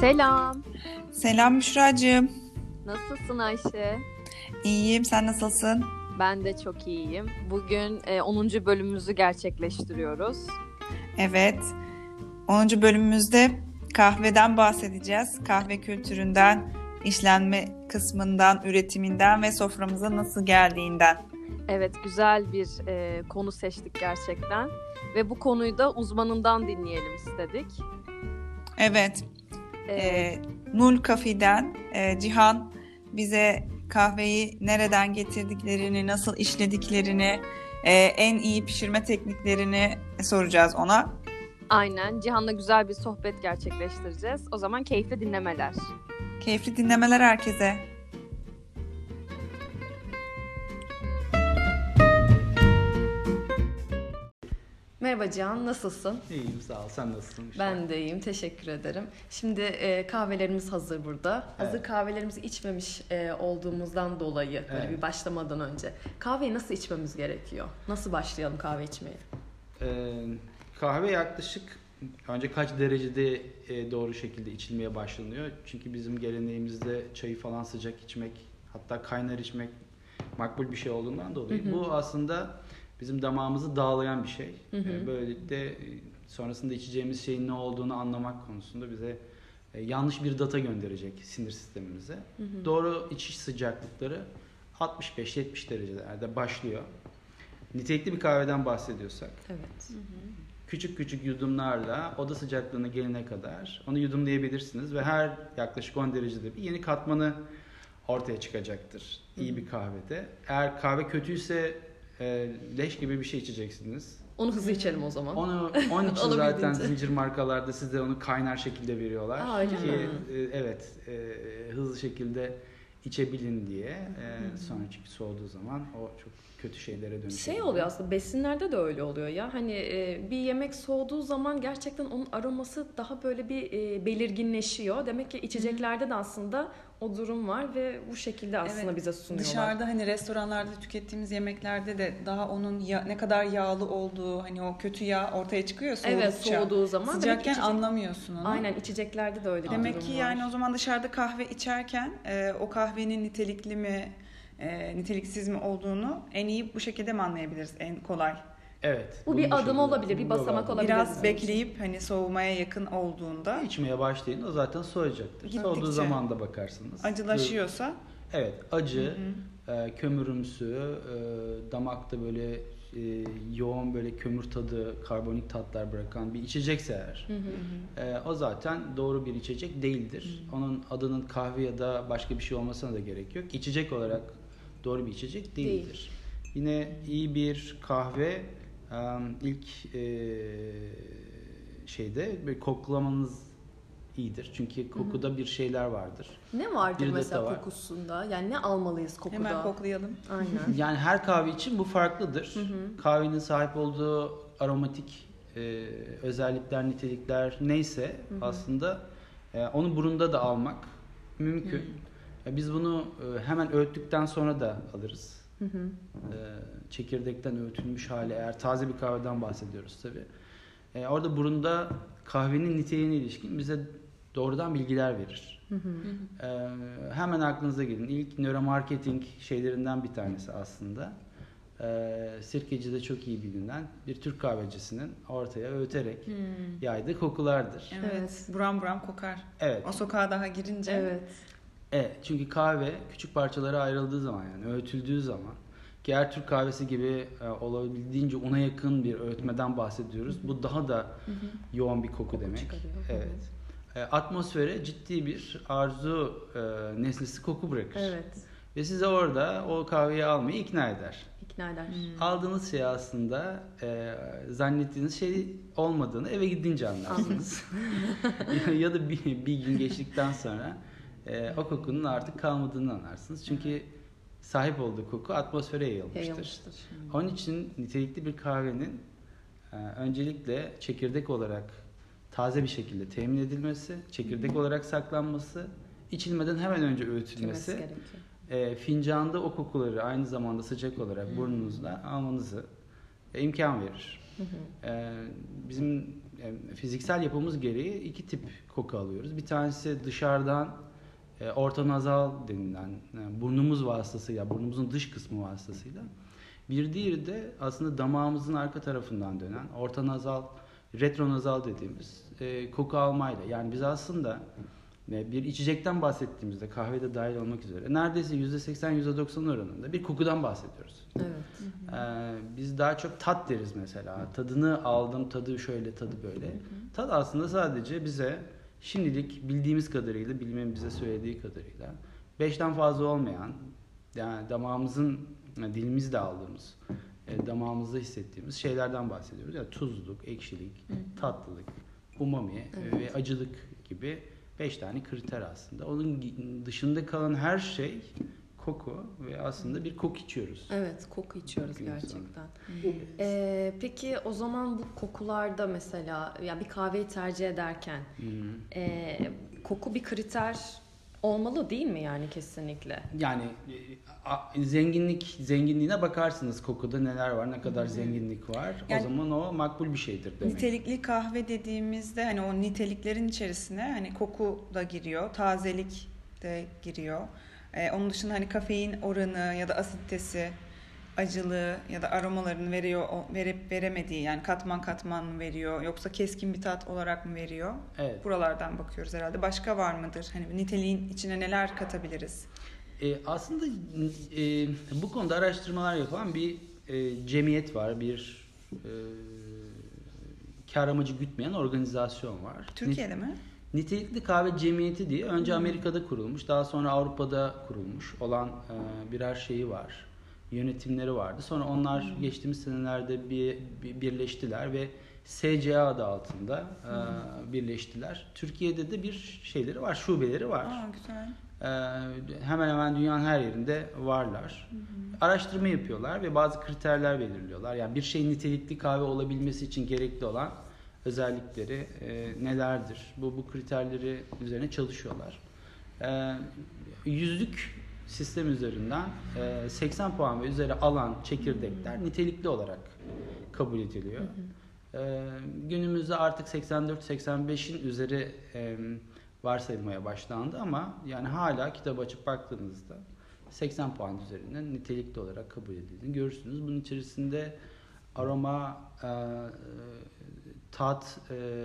Selam. Selam Büşracığım. Nasılsın Ayşe? İyiyim, sen nasılsın? Ben de çok iyiyim. Bugün 10. bölümümüzü gerçekleştiriyoruz. Evet, 10. bölümümüzde kahveden bahsedeceğiz. Kahve kültüründen, işlenme kısmından, üretiminden ve soframıza nasıl geldiğinden. Evet, güzel bir konu seçtik gerçekten. Ve bu konuyu da uzmanından dinleyelim istedik. Evet, Nul Coffee'den Cihan bize kahveyi nereden getirdiklerini, nasıl işlediklerini, en iyi pişirme tekniklerini soracağız ona. Aynen, Cihan'la güzel bir sohbet gerçekleştireceğiz. O zaman keyifli dinlemeler. Keyifli dinlemeler herkese. Merhaba Cihan, nasılsın? İyiyim, sağ ol. Sen nasılsın? Ben de iyiyim, teşekkür ederim. Şimdi kahvelerimiz hazır burada. Evet. Hazır kahvelerimizi içmemiş olduğumuzdan dolayı böyle Evet. bir başlamadan önce kahveyi nasıl içmemiz gerekiyor? Nasıl başlayalım kahve içmeye? Kahve yaklaşık önce kaç derecede doğru şekilde içilmeye başlanıyor? Çünkü bizim geleneğimizde çayı falan sıcak içmek, hatta kaynar içmek makbul bir şey olduğundan dolayı bu aslında bizim damağımızı dağlayan bir şey. Böylelikle sonrasında içeceğimiz şeyin ne olduğunu anlamak konusunda bize yanlış bir data gönderecek sinir sistemimize. Doğru içiş sıcaklıkları 65-70 derecelerde başlıyor. Nitelikli bir kahveden bahsediyorsak, Evet. küçük küçük yudumlarla oda sıcaklığına gelene kadar onu yudumlayabilirsiniz ve her yaklaşık 10 derecede bir yeni katmanı ortaya çıkacaktır iyi bir kahvede. Eğer kahve kötüyse leş gibi bir şey içeceksiniz. Onu hızlı içelim o zaman. Onun için zaten zincir markalarda size onu kaynar şekilde veriyorlar. Öyle Ki mi? evet, hızlı şekilde içebilin diye. Sonra çünkü soğuduğu zaman o çok kötü şeylere dönüşüyor. Şey oluyor aslında, besinlerde de öyle oluyor ya. Hani bir yemek soğuduğu zaman gerçekten onun aroması daha böyle bir belirginleşiyor. Demek ki içeceklerde de aslında o durum var ve bu şekilde aslında bize sunuyorlar. Dışarıda hani restoranlarda tükettiğimiz yemeklerde de daha onun ne kadar yağlı olduğu, hani o kötü yağ ortaya çıkıyor soğudukça. Evet, soğuduğu zaman. Sıcakken anlamıyorsun onu. Aynen, içeceklerde de öyle bir durum var. Demek ki yani o zaman dışarıda kahve içerken o kahvenin nitelikli mi, niteliksiz mi olduğunu en iyi bu şekilde mi anlayabiliriz, en kolay? Evet. Bu bir adım olabilir, bir basamak olabilir. Biraz bekleyip hani soğumaya yakın olduğunda. İçmeye başlayın, o zaten soğuyacaktır. Soğuduğu zaman da bakarsınız. Acılaşıyorsa. Evet, acı, kömürümsü, damakta böyle yoğun böyle kömür tadı, karbonik tatlar bırakan bir içecekse eğer, o zaten doğru bir içecek değildir. Onun adının kahve ya da başka bir şey olmasına da gerek yok. İçecek olarak doğru bir içecek değildir. Yine iyi bir kahve ilk şeyde bir koklamanız iyidir. Çünkü kokuda bir şeyler vardır. Ne vardır Bir mesela data var. kokusunda? Yani ne almalıyız kokuda? Hemen koklayalım. Aynen. Yani her kahve için bu farklıdır. Kahvenin sahip olduğu aromatik özellikler, nitelikler neyse aslında onu burunda da almak mümkün. Biz bunu hemen öğüttükten sonra da alırız. Çekirdekten öğütülmüş hali, eğer taze bir kahveden bahsediyoruz tabii. Orada burunda kahvenin niteliğine ilişkin bize doğrudan bilgiler verir. Hemen aklınıza gelin. İlk nöromarketing şeylerinden bir tanesi aslında. Sirkeci'de çok iyi bilinen bir Türk kahvecisinin ortaya öğüterek yaydığı kokulardır. Evet. Buram buram kokar. Evet. O sokağa daha girince. Evet. Evet, çünkü kahve küçük parçalara ayrıldığı zaman, yani öğütüldüğü zaman, ki eğer Türk kahvesi gibi olabildiğince una yakın bir öğütmeden bahsediyoruz. Bu daha da yoğun bir koku demek. çıkarıyor. Evet. Atmosfere ciddi bir arzu nesnesi koku bırakır. Evet. Ve size orada o kahveyi almayı ikna eder. İkna eder. Aldığınız şey aslında zannettiğiniz şey olmadığını eve gidince anlarsınız. Ya da bir gün geçtikten sonra o kokunun artık kalmadığını anlarsınız. Çünkü sahip olduğu koku atmosfere yayılmıştır. Onun için nitelikli bir kahvenin öncelikle çekirdek olarak taze bir şekilde temin edilmesi, çekirdek olarak saklanması, içilmeden hemen önce öğütülmesi, fincanda o kokuları aynı zamanda sıcak olarak burnunuzda almanızı imkan verir. Bizim fiziksel yapımız gereği 2 tip koku alıyoruz. Bir tanesi dışarıdan ortonazal denilen burnumuz vasıtasıyla, burnumuzun dış kısmı vasıtasıyla. Bir diğeri de aslında damağımızın arka tarafından dönen ortonazal, retronazal dediğimiz koku almayla. Yani biz aslında bir içecekten bahsettiğimizde, kahvede dahil olmak üzere neredeyse %80-%90 oranında bir kokudan bahsediyoruz. Evet. Biz daha çok tat deriz mesela. Tadını aldım, tadı şöyle, tadı böyle. Tat aslında sadece bize şimdilik bildiğimiz kadarıyla, bilimin bize söylediği kadarıyla 5'ten fazla olmayan, yani damağımızın, dilimizle aldığımız, damağımızda hissettiğimiz şeylerden bahsediyoruz. Yani tuzluluk, ekşilik, tatlılık, umami ve acılık gibi 5 tane kriter aslında. Onun dışında kalan her şey koku ve aslında bir koku içiyoruz. Evet, koku içiyoruz gerçekten. Peki o zaman bu kokularda mesela ya bir kahveyi tercih ederken koku bir kriter olmalı değil mi yani kesinlikle? Yani zenginliğine bakarsınız kokuda neler var, ne kadar zenginlik var. Yani, o zaman o makbul bir şeydir demek. Nitelikli kahve dediğimizde hani o niteliklerin içerisine hani koku da giriyor, tazelik de giriyor. Onun dışında hani kafein oranı ya da asitesi, acılığı ya da aromalarını verip veremediği, yani katman katman mı veriyor yoksa keskin bir tat olarak mı veriyor? Evet. Buralardan bakıyoruz herhalde. Başka var mıdır? Hani niteliğin içine neler katabiliriz? Aslında bu konuda araştırmalar yapan bir cemiyet var, bir kar amacı gütmeyen organizasyon var. Türkiye'de mi? Nitelikli Kahve Cemiyeti diye önce Amerika'da kurulmuş, daha sonra Avrupa'da kurulmuş olan birer şeyi var. Yönetimleri vardı. Sonra onlar geçtiğimiz senelerde birleştiler ve SCA adı altında birleştiler. Türkiye'de de bir şeyleri var, şubeleri var. Güzel. Hemen hemen dünyanın her yerinde varlar. Araştırma yapıyorlar ve bazı kriterler belirliyorlar. Yani bir şeyin nitelikli kahve olabilmesi için gerekli olan özellikleri nelerdir? Bu kriterleri üzerine çalışıyorlar. 100'lük sistem üzerinden 80 puan ve üzeri alan çekirdekler nitelikli olarak kabul ediliyor. Günümüzde artık 84-85'in üzeri varsayılmaya başlandı ama yani hala kitabı açıp baktığınızda 80 puan üzerinden nitelikli olarak kabul edildiğini görürsünüz. Bunun içerisinde aroma, tat,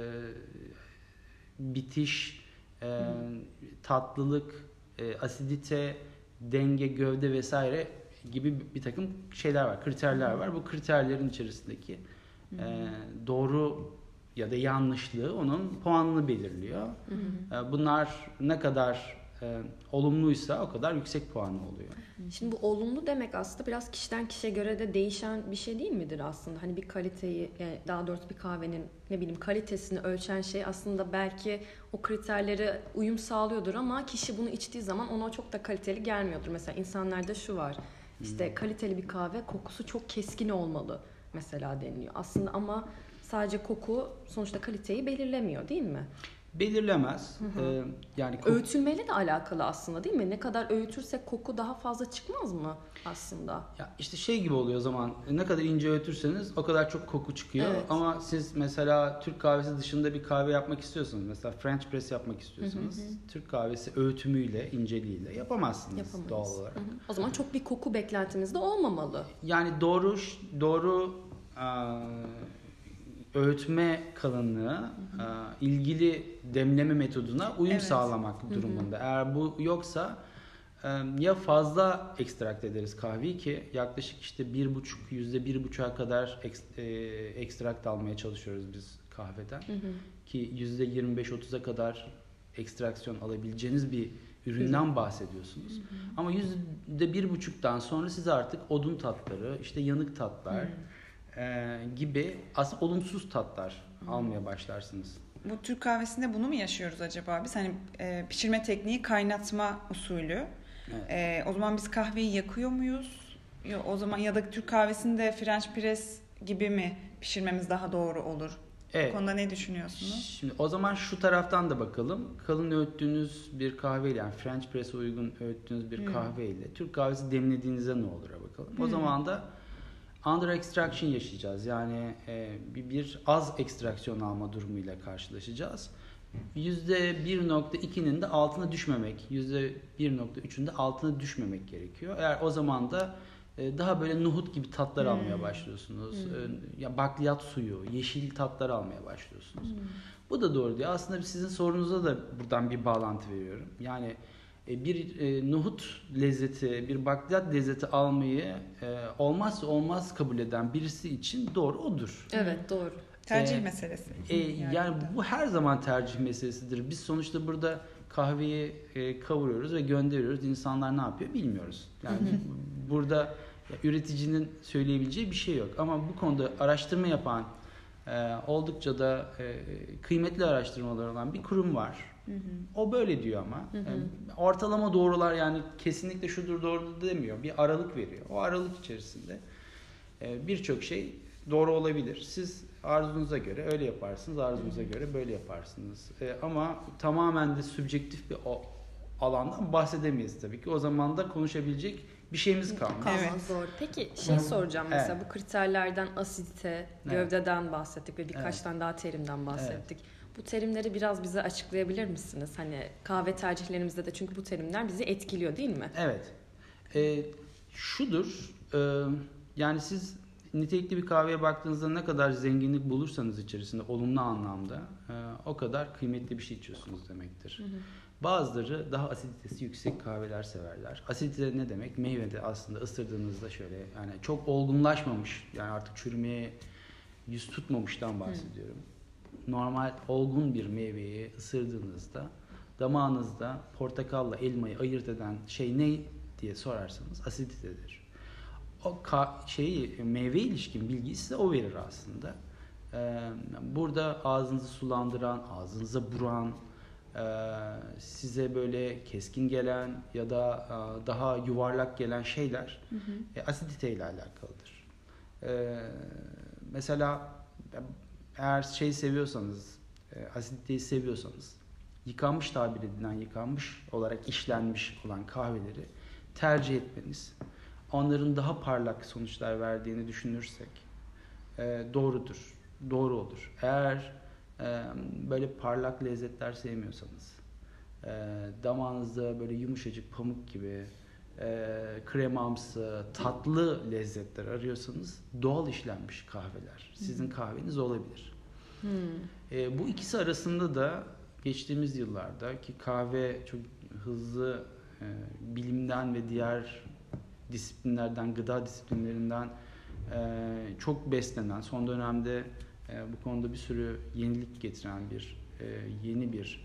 bitiş, tatlılık, asidite, denge, gövde vesaire gibi bir takım şeyler var, kriterler var. Bu kriterlerin içerisindeki doğru ya da yanlışlığı onun puanını belirliyor. Bunlar ne kadar olumluysa o kadar yüksek puanı oluyor. Şimdi bu olumlu demek aslında biraz kişiden kişiye göre de değişen bir şey değil midir aslında? Hani bir kaliteyi, daha doğrusu bir kahvenin kalitesini ölçen şey aslında belki o kriterlere uyum sağlıyordur ama kişi bunu içtiği zaman ona çok da kaliteli gelmiyordur. Mesela insanlarda şu var, işte kaliteli bir kahve kokusu çok keskin olmalı mesela deniliyor. Aslında ama sadece koku sonuçta kaliteyi belirlemiyor değil mi? Belirlemez. Yani öğütülmeyle de alakalı aslında değil mi? Ne kadar öğütürsek koku daha fazla çıkmaz mı aslında? Ya işte şey gibi oluyor o zaman. Ne kadar ince öğütürseniz o kadar çok koku çıkıyor. Evet. Ama siz mesela Türk kahvesi dışında bir kahve yapmak istiyorsanız, mesela French press yapmak istiyorsanız, Türk kahvesi öğütümüyle, inceliğiyle yapamazsınız doğal olarak. O zaman çok bir koku beklentimiz de olmamalı. Yani doğru öğütme kalınlığı ilgili demleme metoduna uyum sağlamak durumunda. Eğer bu yoksa ya fazla ekstrakt ederiz kahveyi ki yaklaşık işte %1,5'a kadar ekstrakt almaya çalışıyoruz biz kahveden. Ki %25-30'a kadar ekstraksiyon alabileceğiniz bir üründen bahsediyorsunuz. Ama %1,5'tan sonra siz artık odun tatları, işte yanık tatlar gibi aslında olumsuz tatlar almaya başlarsınız. Bu Türk kahvesinde bunu mu yaşıyoruz acaba? Biz hani pişirme tekniği kaynatma usulü. Evet. O zaman biz kahveyi yakıyor muyuz? O zaman ya da Türk kahvesinde French press gibi mi pişirmemiz daha doğru olur? Evet. Bu konuda ne düşünüyorsunuz? Şimdi o zaman şu taraftan da bakalım. Kalın öğüttüğünüz bir kahveyle, yani French press'e uygun öğüttüğünüz bir kahveyle Türk kahvesi demlediğinizde ne olur'a bakalım. O zaman da under extraction yaşayacağız. Yani bir az ekstraksiyon alma durumuyla karşılaşacağız. %1.2'nin de altına düşmemek, %1.3'ün de altına düşmemek gerekiyor. Eğer o zaman da daha böyle nohut gibi tatlar almaya başlıyorsunuz. Ya bakliyat suyu, yeşil tatlar almaya başlıyorsunuz. Bu da doğru değil. Aslında sizin sorunuza da buradan bir bağlantı veriyorum. Yani bir nohut lezzeti, bir bakliyat lezzeti almayı olmazsa olmaz kabul eden birisi için doğru odur. Evet, doğru. Tercih meselesi. Yani bu her zaman tercih meselesidir. Biz sonuçta burada kahveyi kavuruyoruz ve gönderiyoruz. İnsanlar ne yapıyor bilmiyoruz. Yani burada üreticinin söyleyebileceği bir şey yok. Ama bu konuda araştırma yapan, oldukça da kıymetli araştırmalar olan bir kurum var. O böyle diyor ama. Ortalama doğrular, yani kesinlikle şudur doğru demiyor. Bir aralık veriyor. O aralık içerisinde birçok şey doğru olabilir. Siz arzunuza göre öyle yaparsınız, arzunuza göre böyle yaparsınız. Ama tamamen de sübjektif bir alandan bahsedemeyiz tabii ki. O zaman da konuşabilecek bir şeyimiz kalmaz. Evet. Doğru. Peki soracağım mesela, bu kriterlerden asidite, gövdeden bahsettik ve birkaç tane daha terimden bahsettik. Bu terimleri biraz bize açıklayabilir misiniz? Hani kahve tercihlerimizde de, çünkü bu terimler bizi etkiliyor değil mi? Evet. Şudur, yani siz nitelikli bir kahveye baktığınızda ne kadar zenginlik bulursanız içerisinde olumlu anlamda o kadar kıymetli bir şey içiyorsunuz demektir. Bazıları daha asiditesi yüksek kahveler severler. Asidite ne demek? Meyvede aslında ısırdığınızda şöyle, yani çok olgunlaşmamış, yani artık çürümeye yüz tutmamıştan bahsediyorum. Normal olgun bir meyveyi ısırdığınızda damağınızda portakalla elmayı ayırt eden şey ne diye sorarsanız asiditedir. O meyve ilişkin bilgiyi size o verir aslında. Burada ağzınızı sulandıran, ağzınıza buran, size böyle keskin gelen ya da daha yuvarlak gelen şeyler asidite ile alakalıdır. Mesela eğer seviyorsanız, asiditeyi seviyorsanız, yıkanmış tabir edilen, yıkanmış olarak işlenmiş olan kahveleri tercih etmeniz, onların daha parlak sonuçlar verdiğini düşünürsek doğrudur, doğru olur. Eğer böyle parlak lezzetler sevmiyorsanız, damağınızda böyle yumuşacık pamuk gibi kremamsı, tatlı lezzetler arıyorsanız doğal işlenmiş kahveler sizin kahveniz olabilir. Bu ikisi arasında da geçtiğimiz yıllarda ki kahve çok hızlı bilimden ve diğer disiplinlerden, gıda disiplinlerinden çok beslenen, son dönemde bu konuda bir sürü yenilik getiren yeni bir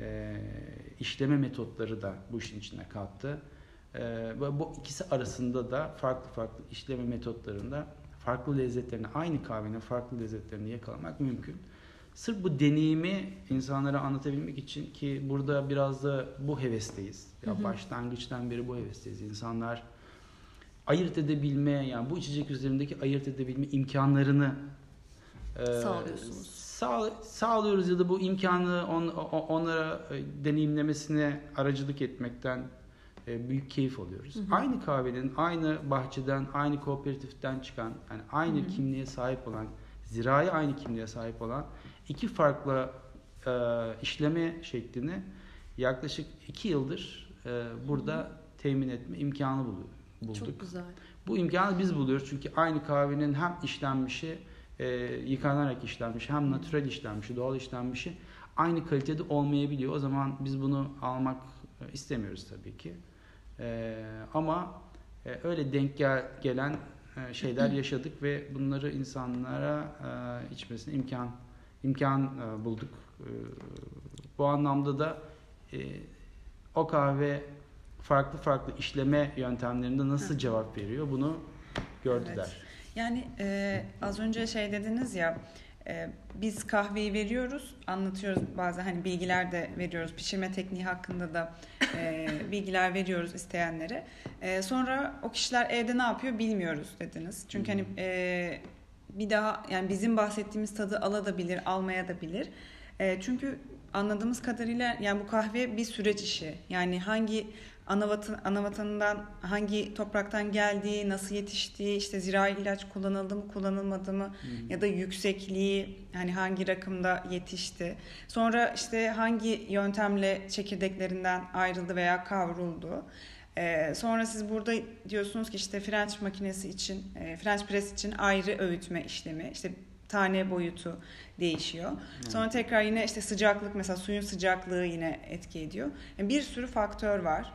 işleme metotları da bu işin içine kattı. Bu ikisi arasında da farklı işleme metotlarında farklı lezzetlerini, aynı kahvenin farklı lezzetlerini yakalamak mümkün. Sırf bu deneyimi insanlara anlatabilmek için, ki burada biraz da bu hevesteyiz. Ya başlangıçtan beri bu hevesteyiz. İnsanlar ayırt edebilme, yani bu içecek üzerindeki ayırt edebilme imkanlarını sağlıyorsunuz. Sağlıyoruz ya da bu imkanı onlara deneyimlemesine aracılık etmekten büyük keyif alıyoruz. Aynı kahvenin, aynı bahçeden, aynı kooperatiften çıkan, yani aynı kimliğe sahip olan, zirai aynı kimliğe sahip olan iki farklı işleme şeklini yaklaşık 2 yıldır burada temin etme imkanı bulduk. Çok güzel. Bu imkanı biz buluyoruz çünkü aynı kahvenin hem işlenmişi, yıkanarak işlenmiş, hem natürel işlenmişi, doğal işlenmişi aynı kalitede olmayabiliyor. O zaman biz bunu almak istemiyoruz tabii ki. Ama öyle denk gelen şeyler yaşadık ve bunları insanlara içmesine imkan bulduk. Bu anlamda da o kahve farklı işleme yöntemlerinde nasıl cevap veriyor bunu gördüler. Evet. Yani az önce dediniz ya, biz kahveyi veriyoruz, anlatıyoruz, bazen hani bilgiler de veriyoruz, pişirme tekniği hakkında da bilgiler veriyoruz isteyenlere. Sonra o kişiler evde ne yapıyor bilmiyoruz dediniz. Çünkü hani bir daha, yani bizim bahsettiğimiz tadı alabilir, almaya da bilir. Çünkü anladığımız kadarıyla yani bu kahve bir süreç işi. Yani hangi ana vatanından, hangi topraktan geldiği, nasıl yetiştiği, işte zirai ilaç kullanıldı mı, kullanılmadı mı ya da yüksekliği, hani hangi rakımda yetişti. Sonra işte hangi yöntemle çekirdeklerinden ayrıldı veya kavruldu. Sonra siz burada diyorsunuz ki işte French makinesi için, French press için ayrı öğütme işlemi, işte tane boyutu değişiyor. Sonra tekrar yine işte sıcaklık, mesela suyun sıcaklığı yine etki ediyor. Yani bir sürü faktör var.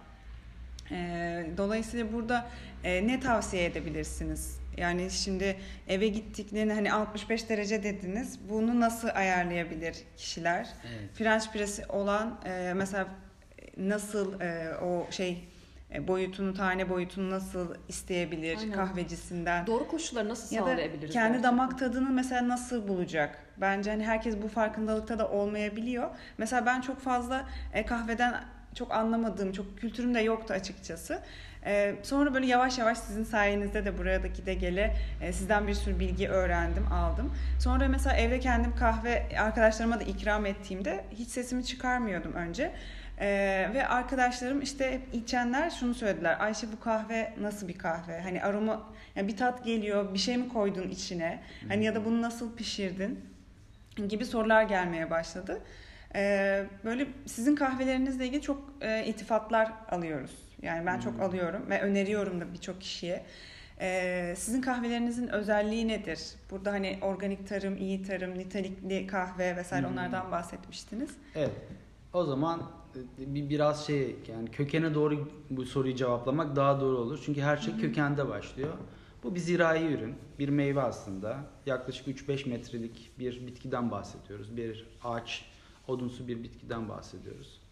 Dolayısıyla burada ne tavsiye edebilirsiniz? Yani şimdi eve gittiklerinde hani 65 derece dediniz. Bunu nasıl ayarlayabilir kişiler? Evet. French press'i olan mesela nasıl o boyutunu, tane boyutunu nasıl isteyebilir? Aynen. Kahvecisinden? Doğru koşulları nasıl Ya da sağlayabiliriz? kendi gerçekten? damak tadını mesela nasıl bulacak? Bence hani herkes bu farkındalıkta da olmayabiliyor. Mesela ben çok fazla kahveden çok anlamadığım, çok kültürüm de yoktu açıkçası. Sonra böyle yavaş yavaş sizin sayenizde de buraya da gide gele sizden bir sürü bilgi öğrendim, aldım. Sonra mesela evde kendim kahve arkadaşlarıma da ikram ettiğimde hiç sesimi çıkarmıyordum önce. Ve arkadaşlarım işte hep içenler şunu söylediler. Ayşe, bu kahve nasıl bir kahve? Hani aroma, yani bir tat geliyor, bir şey mi koydun içine? Hani ya da bunu nasıl pişirdin? Gibi sorular gelmeye başladı. Böyle sizin kahvelerinizle ilgili çok iltifatlar alıyoruz. Yani ben çok alıyorum ve öneriyorum da birçok kişiye. Sizin kahvelerinizin özelliği nedir? Burada hani organik tarım, iyi tarım, nitelikli kahve vesaire onlardan bahsetmiştiniz. Evet. O zaman biraz yani kökene doğru bu soruyu cevaplamak daha doğru olur. Çünkü her şey kökende başlıyor. Bu bir zirai ürün, bir meyve aslında. Yaklaşık 3-5 metrelik bir bitkiden bahsediyoruz. Bir ağaç, odunsu bir bitkiden bahsediyoruz.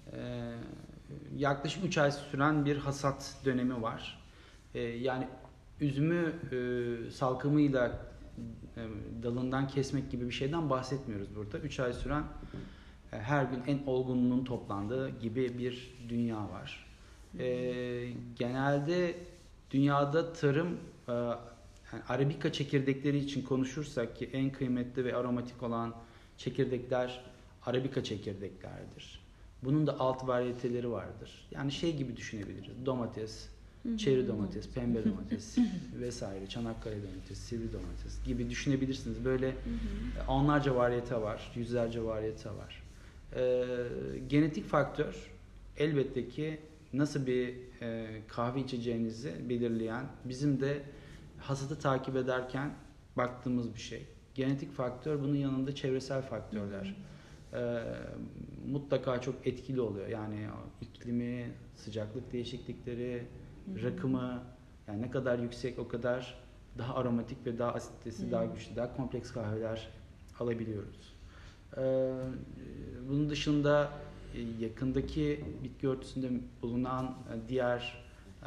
Yaklaşık 3 ay süren bir hasat dönemi var. Yani üzümü salkımıyla dalından kesmek gibi bir şeyden bahsetmiyoruz burada. 3 ay süren her gün en olgunluğun toplandığı gibi bir dünya var. Genelde dünyada tarım, yani Arabika çekirdekleri için konuşursak ki en kıymetli ve aromatik olan çekirdekler Arabika çekirdeklerdir. Bunun da alt varyeteleri vardır. Yani gibi düşünebiliriz. Domates, çeri domates, pembe domates vesaire, Çanakkale domates, sivri domates gibi düşünebilirsiniz. Böyle onlarca varyete var, yüzlerce varyete var. Genetik faktör elbette ki nasıl bir kahve içeceğinizi belirleyen, bizim de hasadı takip ederken baktığımız bir şey. Genetik faktör, bunun yanında çevresel faktörler mutlaka çok etkili oluyor. Yani iklimi, sıcaklık değişiklikleri, rakımı, yani ne kadar yüksek o kadar daha aromatik ve daha asitesi daha güçlü, daha kompleks kahveler alabiliyoruz. Bunun dışında yakındaki bitki örtüsünde bulunan diğer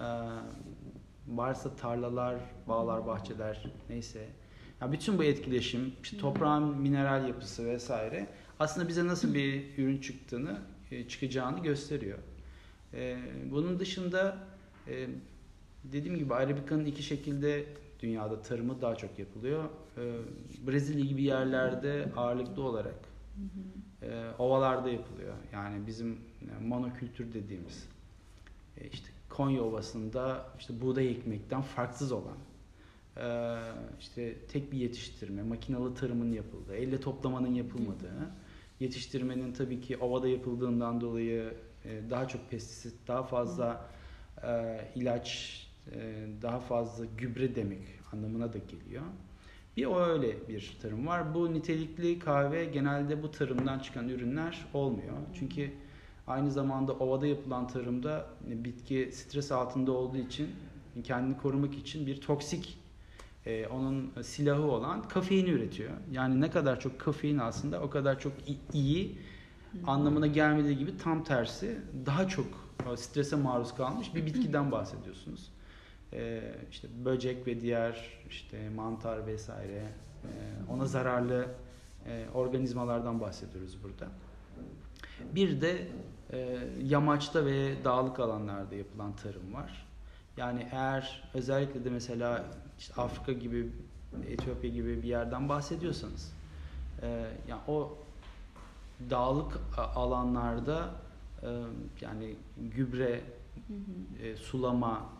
varsa tarlalar, bağlar, bahçeler neyse. Yani bütün bu etkileşim, işte toprağın mineral yapısı vesaire aslında bize nasıl bir ürün çıkacağını gösteriyor. Bunun dışında dediğim gibi Arabika'nın iki şekilde dünyada tarımı daha çok yapılıyor. Brezilya gibi yerlerde ağırlıklı olarak ovalarda yapılıyor. Yani bizim monokültür dediğimiz işte Konya Ovası'nda işte buğday ekmekten farksız olan işte tek bir yetiştirme, makinalı tarımın yapıldığı, elle toplamanın yapılmadığı, yetiştirmenin tabii ki ovada yapıldığından dolayı daha çok pestisit, daha fazla ilaç, daha fazla gübre demek anlamına da geliyor. Bir öyle bir tarım var. Bu nitelikli kahve genelde bu tarımdan çıkan ürünler olmuyor. Çünkü aynı zamanda ovada yapılan tarımda bitki stres altında olduğu için kendini korumak için bir toksik onun silahı olan kafeini üretiyor. Yani ne kadar çok kafein aslında o kadar çok iyi anlamına gelmediği gibi tam tersi daha çok strese maruz kalmış bir bitkiden bahsediyorsunuz. İşte böcek ve diğer işte mantar vesaire ona zararlı organizmalardan bahsediyoruz burada. Bir de yamaçta ve dağlık alanlarda yapılan tarım var. Yani eğer özellikle de mesela işte Afrika gibi, Etiyopya gibi bir yerden bahsediyorsanız yani o dağlık alanlarda yani gübre, sulama,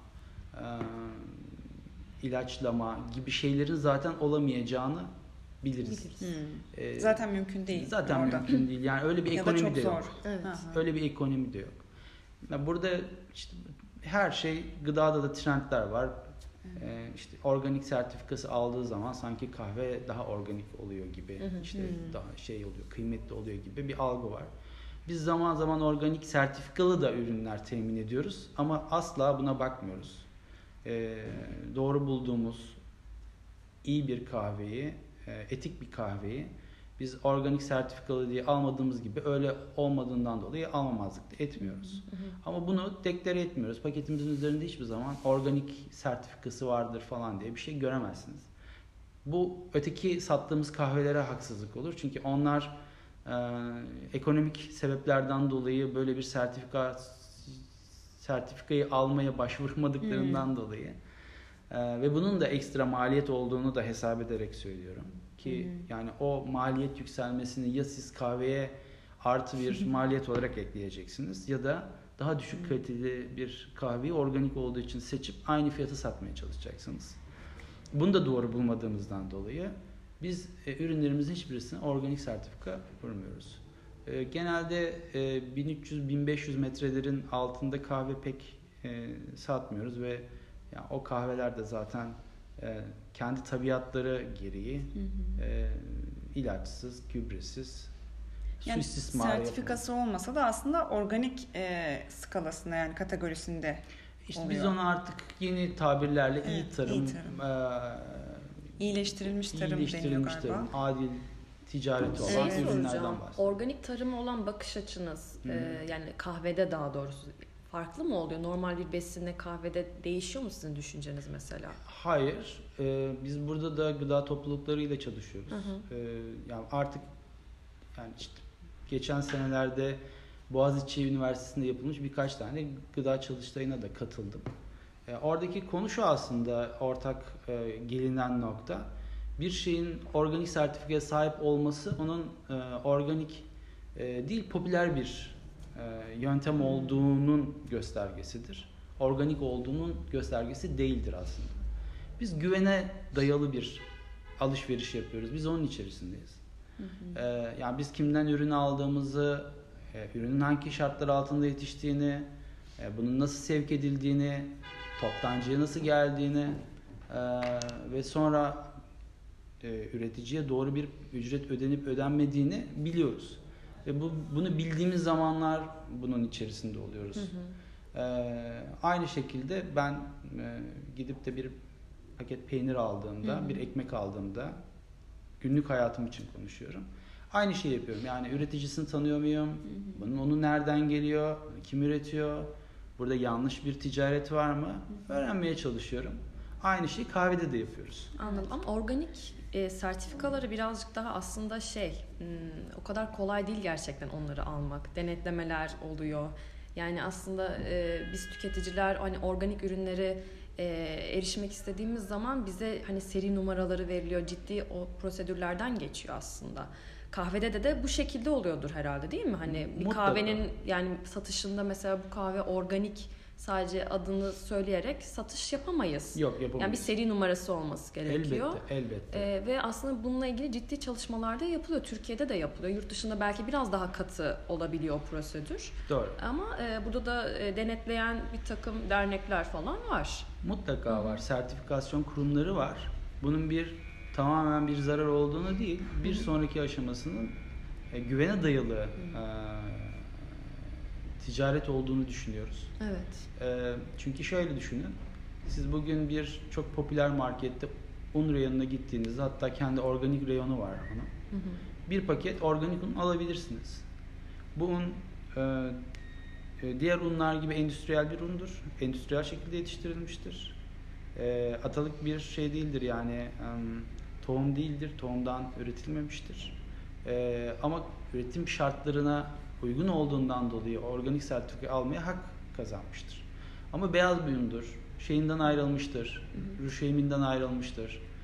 ilaçlama gibi şeylerin zaten olamayacağını biliriz. Zaten mümkün değil. Zaten orada. mümkün değil. Yani öyle bir Ya da ekonomi çok de zor. yok. Evet. Aha. Öyle bir ekonomi de yok. Yani burada işte her şey, gıdada da trendler var. İşte organik sertifikası aldığı zaman sanki kahve daha organik oluyor gibi, işte daha şey oluyor, kıymetli oluyor gibi bir algı var. Biz zaman zaman organik sertifikalı da ürünler temin ediyoruz ama asla buna bakmıyoruz. Doğru bulduğumuz iyi bir kahveyi, etik bir kahveyi biz organik sertifikalı diye almadığımız gibi öyle olmadığından dolayı almamazlık da etmiyoruz. Ama bunu deklare etmiyoruz. Paketimizin üzerinde hiçbir zaman organik sertifikası vardır falan diye bir şey göremezsiniz. Bu öteki sattığımız kahvelere haksızlık olur. Çünkü onlar ekonomik sebeplerden dolayı böyle bir sertifikayı almaya başvurmadıklarından dolayı ve bunun da ekstra maliyet olduğunu da hesap ederek söylüyorum. Ki yani o maliyet yükselmesini ya siz kahveye artı bir maliyet olarak ekleyeceksiniz ya da daha düşük kaliteli bir kahveyi organik olduğu için seçip aynı fiyata satmaya çalışacaksınız. Bunu da doğru bulmadığımızdan dolayı biz ürünlerimizin hiçbirisine organik sertifika vurmuyoruz. Genelde 1300-1500 metrelerin altında kahve pek satmıyoruz ve yani o kahveler de zaten kendi tabiatları gereği ilaçsız, gübresiz, Yani su istismarı sertifikası olmasa da aslında organik skalasında, yani kategorisinde İşte oluyor. biz onu artık yeni tabirlerle iyi Evet, tarım, iyi tarım. İyileştirilmiş tarım deniyor iyileştirilmiş galiba. tarım, adil ticareti olan Şey ürünlerden soracağım. bahsediyoruz. Organik tarıma olan bakış açınız, yani kahvede daha doğrusu farklı mı oluyor? Normal bir besinle kahvede değişiyor mu sizin düşünceniz mesela? Hayır. Biz burada da gıda topluluklarıyla çalışıyoruz. Yani artık yani işte geçen senelerde Boğaziçi Üniversitesi'nde yapılmış birkaç tane gıda çalıştayına da katıldım. Oradaki konu şu aslında, ortak gelinen nokta. Bir şeyin organik sertifikaya sahip olması onun organik değil popüler bir yöntem olduğunun göstergesidir. Organik olduğunun göstergesi değildir aslında. Biz güvene dayalı bir alışveriş yapıyoruz. Biz onun içerisindeyiz. Yani biz kimden ürün aldığımızı, ürünün hangi şartlar altında yetiştiğini, bunun nasıl sevk edildiğini, toptancıya nasıl geldiğini ve sonra üreticiye doğru bir ücret ödenip ödenmediğini biliyoruz. Ve bunu bildiğimiz zamanlar bunun içerisinde oluyoruz. Aynı şekilde ben gidip de bir paket peynir aldığımda, bir ekmek aldığımda, günlük hayatım için konuşuyorum. Aynı şeyi yapıyorum. Yani üreticisini tanıyor muyum? Onun nereden geliyor? Kim üretiyor? Burada yanlış bir ticaret var mı? Öğrenmeye çalışıyorum. Aynı şeyi kahvede de yapıyoruz. Anladım, ama organik sertifikaları birazcık daha aslında o kadar kolay değil gerçekten onları almak. Denetlemeler oluyor. Yani aslında biz tüketiciler hani organik ürünleri erişmek istediğimiz zaman bize hani seri numaraları veriliyor. Ciddi o prosedürlerden geçiyor aslında. Kahvede de bu şekilde oluyordur herhalde, değil mi? Hani bir Mutlaka. kahvenin yani satışında mesela bu kahve organik sadece adını söyleyerek satış yapamayız. Yok, yapamayız. Yani bir seri numarası olması gerekiyor. Elbette. Ve aslında bununla ilgili ciddi çalışmalar da yapılıyor. Türkiye'de de yapılıyor. Yurt dışında belki biraz daha katı olabiliyor o prosedür. Doğru. Ama burada da denetleyen bir takım dernekler falan var. Mutlaka var. Sertifikasyon kurumları var. Bunun tamamen bir zarar olduğunu değil, bir sonraki aşamasının güvene dayalı ticaret olduğunu düşünüyoruz. Evet. Çünkü şöyle düşünün. Siz bugün bir çok popüler markette un reyonuna gittiğinizde, hatta kendi organik reyonu var onun. Bir paket organik un alabilirsiniz. Bu un diğer unlar gibi endüstriyel bir undur. Endüstriyel şekilde yetiştirilmiştir. Atalık bir şey değildir, yani tohum değildir. Tohumdan üretilmemiştir. Ama üretim şartlarına uygun olduğundan dolayı organik sertifika almaya hak kazanmıştır. Ama beyaz bir undur. Şeyinden ayrılmıştır. Rüşeyminden ayrılmıştır.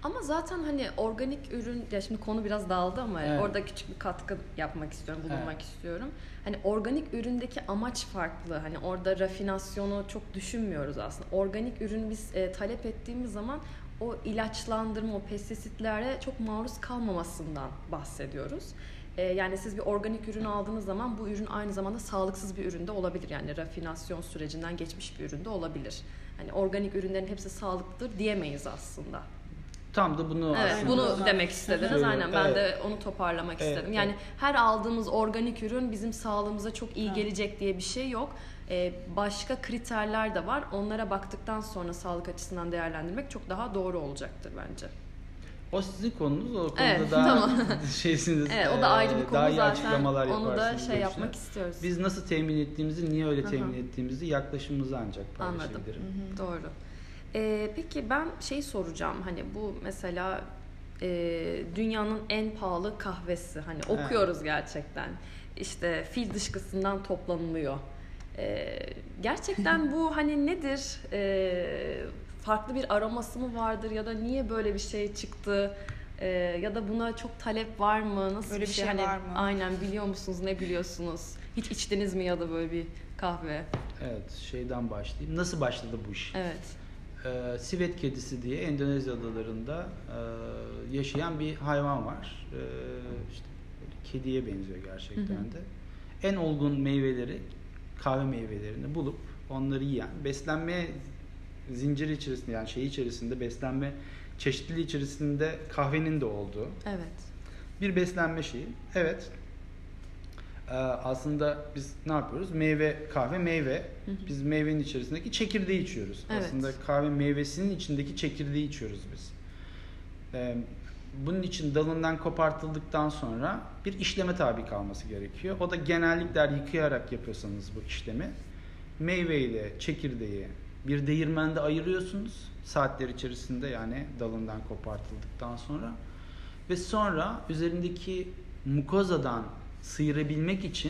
Ama zaten hani organik ürün, ya şimdi konu biraz dağıldı ama Evet. orada küçük bir katkı yapmak istiyorum, bulunmak Evet. istiyorum. Hani organik üründeki amaç farklı. Hani orada rafinasyonu çok düşünmüyoruz aslında. Organik ürün biz talep ettiğimiz zaman o ilaçlandırma, o pestisitlere çok maruz kalmamasından bahsediyoruz. Yani siz bir organik ürün aldığınız zaman bu ürün aynı zamanda sağlıksız bir ürün de olabilir. Yani rafinasyon sürecinden geçmiş bir ürün de olabilir. Hani organik ürünlerin hepsi sağlıklıdır diyemeyiz aslında. Tam da bunu Evet, aslında bunu demek istediniz. Şöyle, Aynen, ben evet. de onu toparlamak Evet, istedim. Yani her aldığımız organik ürün bizim sağlığımıza çok iyi Evet. gelecek diye bir şey yok. Başka kriterler de var. Onlara baktıktan sonra sağlık açısından değerlendirmek çok daha doğru olacaktır bence. O sizin konunuz. O konuda Evet, daha tamam. şeysiniz. Evet, o da ayrı bir konu daha iyi zaten. açıklamalar Onu da yaparsınız şey bu yapmak işler. istiyoruz. Biz nasıl temin ettiğimizi, niye öyle Hı hı. temin ettiğimizi, yaklaşımımızı ancak Anladım. paylaşabilirim. Doğru. Peki ben şey soracağım, hani bu mesela dünyanın en pahalı kahvesi, hani okuyoruz gerçekten, işte fil dışkısından toplanılıyor. Gerçekten bu hani nedir? Farklı bir aroması mı vardır ya da niye böyle bir şey çıktı? Ya da buna çok talep var mı? Nasıl Böyle bir şey hani, var mı? aynen, biliyor musunuz, ne biliyorsunuz? Hiç içtiniz mi ya da böyle bir kahve? Evet, şeyden başlayayım. Nasıl başladı bu iş? Evet. Sivet kedisi diye Endonezya adalarında yaşayan bir hayvan var. İşte böyle kediye benziyor gerçekten de. En olgun meyveleri, kahve meyvelerini bulup onları yiyen, beslenme zinciri içerisinde, yani şey içerisinde, beslenme çeşitliliği içerisinde kahvenin de olduğu Evet. bir beslenme şeyi. Evet. Aslında biz ne yapıyoruz? Kahve meyve. Biz meyvenin içerisindeki çekirdeği içiyoruz. Evet. Aslında kahve meyvesinin içindeki çekirdeği içiyoruz biz. Bunun için dalından kopartıldıktan sonra bir işleme tabi kalması gerekiyor. O da genellikle yıkayarak yapıyorsanız bu işlemi, meyve ile çekirdeği bir değirmende ayırıyorsunuz saatler içerisinde, yani dalından kopartıldıktan sonra, ve sonra üzerindeki mukozadan sıyırabilmek için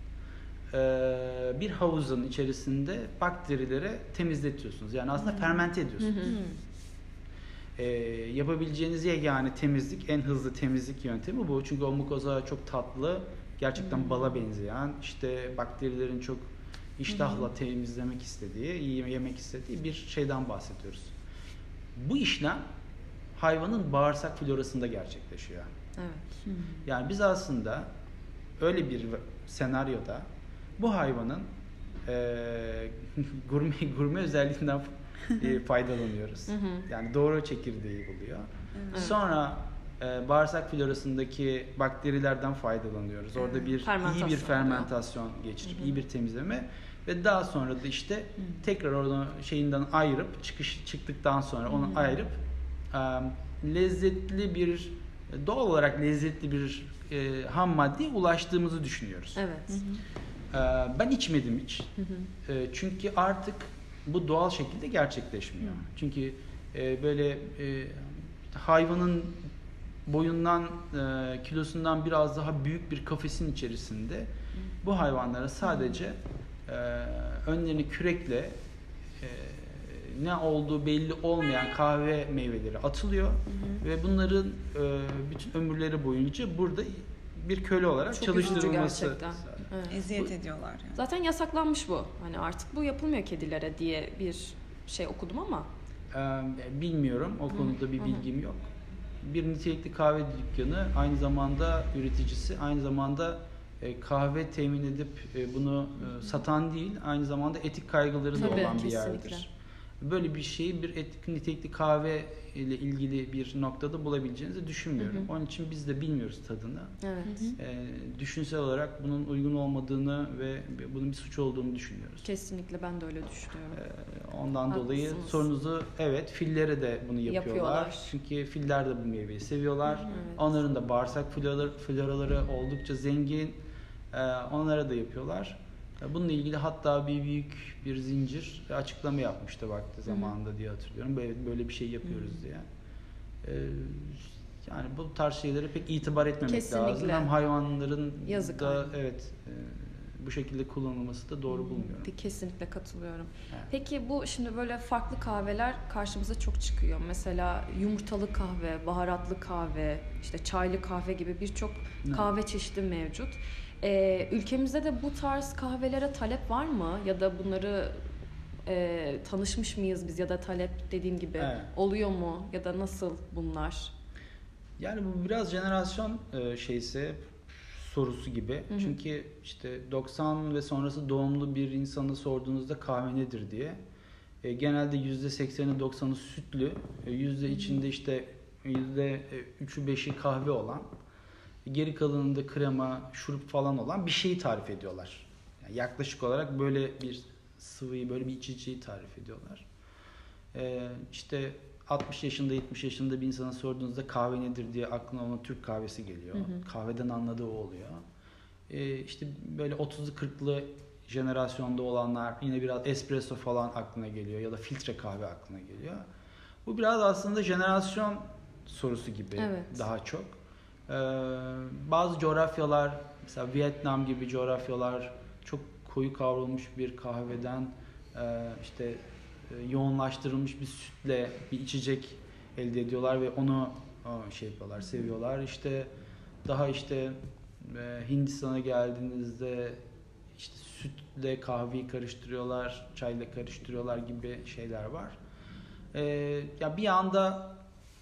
bir havuzun içerisinde bakterilere temizletiyorsunuz. Yani aslında fermente ediyorsunuz. Yapabileceğiniz yegane temizlik, en hızlı temizlik yöntemi bu. Çünkü o mukoza çok tatlı, gerçekten bala benzeyen, işte bakterilerin çok iştahla temizlemek istediği, yemek istediği bir şeyden bahsediyoruz. Bu işlem hayvanın bağırsak florasında gerçekleşiyor. Evet. Yani biz aslında öyle bir senaryoda bu hayvanın gurme özelliğinden faydalanıyoruz. Yani doğru çekirdeği buluyor. Evet. Sonra bağırsak florasındaki bakterilerden faydalanıyoruz. Orada iyi bir Fermentasyon fermentasyon geçirip, iyi bir temizleme ve daha sonra da işte tekrar oradan şeyinden ayırıp, çıktıktan sonra onu ayırıp lezzetli bir, doğal olarak lezzetli bir ham maddeye ulaştığımızı düşünüyoruz. Evet. Ben içmedim hiç. Çünkü artık bu doğal şekilde gerçekleşmiyor. Çünkü böyle hayvanın boyundan, kilosundan biraz daha büyük bir kafesin içerisinde bu hayvanlara sadece önlerine kürekle ne olduğu belli olmayan kahve meyveleri atılıyor ve bunların bütün ömürleri boyunca burada bir köle olarak Çok çalıştırılması. üzücü gerçekten. Evet. Eziyet ediyorlar yani. Zaten yasaklanmış bu. Hani artık bu yapılmıyor kedilere diye bir şey okudum ama. Bilmiyorum. O konuda bir bilgim yok. Bir nitelikli kahve dükkanı, aynı zamanda üreticisi, aynı zamanda kahve temin edip bunu satan değil, aynı zamanda etik kaygıları da Tabii, olan bir kesinlikle. yerdir. Böyle bir şeyi bir nitelikli kahve ile ilgili bir noktada bulabileceğinizi düşünmüyorum. Onun için biz de bilmiyoruz tadını. Evet. Düşünsel olarak bunun uygun olmadığını ve bunun bir suç olduğunu düşünüyoruz. Kesinlikle ben de öyle düşünüyorum. Ondan dolayı Haklısınız. sorunuzu, evet, fillere de bunu yapıyorlar. Yapıyorlar. Çünkü filler de bu meyveyi seviyorlar. Evet. Onların da bağırsak floraları oldukça zengin. Onlara da yapıyorlar. Bununla ilgili hatta büyük bir zincir açıklama yapmıştı vakti zamanında diye hatırlıyorum. Böyle bir şey yapıyoruz diye. Yani bu tarz şeylere pek itibar etmemek Kesinlikle. lazım. Hem hayvanların Yazık da aynen. evet bu şekilde kullanılması da doğru bulmuyorum. Kesinlikle katılıyorum. Evet. Peki bu şimdi böyle farklı kahveler karşımıza çok çıkıyor. Mesela yumurtalı kahve, baharatlı kahve, işte çaylı kahve gibi birçok kahve çeşidi mevcut. Ülkemizde de bu tarz kahvelere talep var mı? Ya da bunları tanışmış mıyız biz, ya da talep dediğim gibi oluyor mu? Ya da nasıl bunlar? Yani bu biraz jenerasyon sorusu gibi. Hı hı. Çünkü işte 90 ve sonrası doğumlu bir insana sorduğunuzda kahve nedir diye genelde %80'i 90'ı sütlü, yüzde içinde işte %3'ü 5'i kahve olan, geri kalanında krema, şurup falan olan bir şeyi tarif ediyorlar. Yani yaklaşık olarak böyle bir sıvıyı, böyle bir içeceği tarif ediyorlar. İşte 60 yaşında, 70 yaşında bir insana sorduğunuzda kahve nedir diye aklına ona Türk kahvesi geliyor. Hı hı. Kahveden anladığı o oluyor. İşte böyle 30'lu 40'lı jenerasyonda olanlar yine biraz espresso falan aklına geliyor ya da filtre kahve aklına geliyor. Bu biraz aslında jenerasyon sorusu gibi daha çok. Bazı coğrafyalar, mesela Vietnam gibi coğrafyalar çok koyu kavrulmuş bir kahveden işte yoğunlaştırılmış bir sütle bir içecek elde ediyorlar ve onu yapıyorlar, seviyorlar. İşte daha işte Hindistan'a geldiğinizde işte sütle kahveyi karıştırıyorlar, çayla karıştırıyorlar gibi şeyler var. Ya bir anda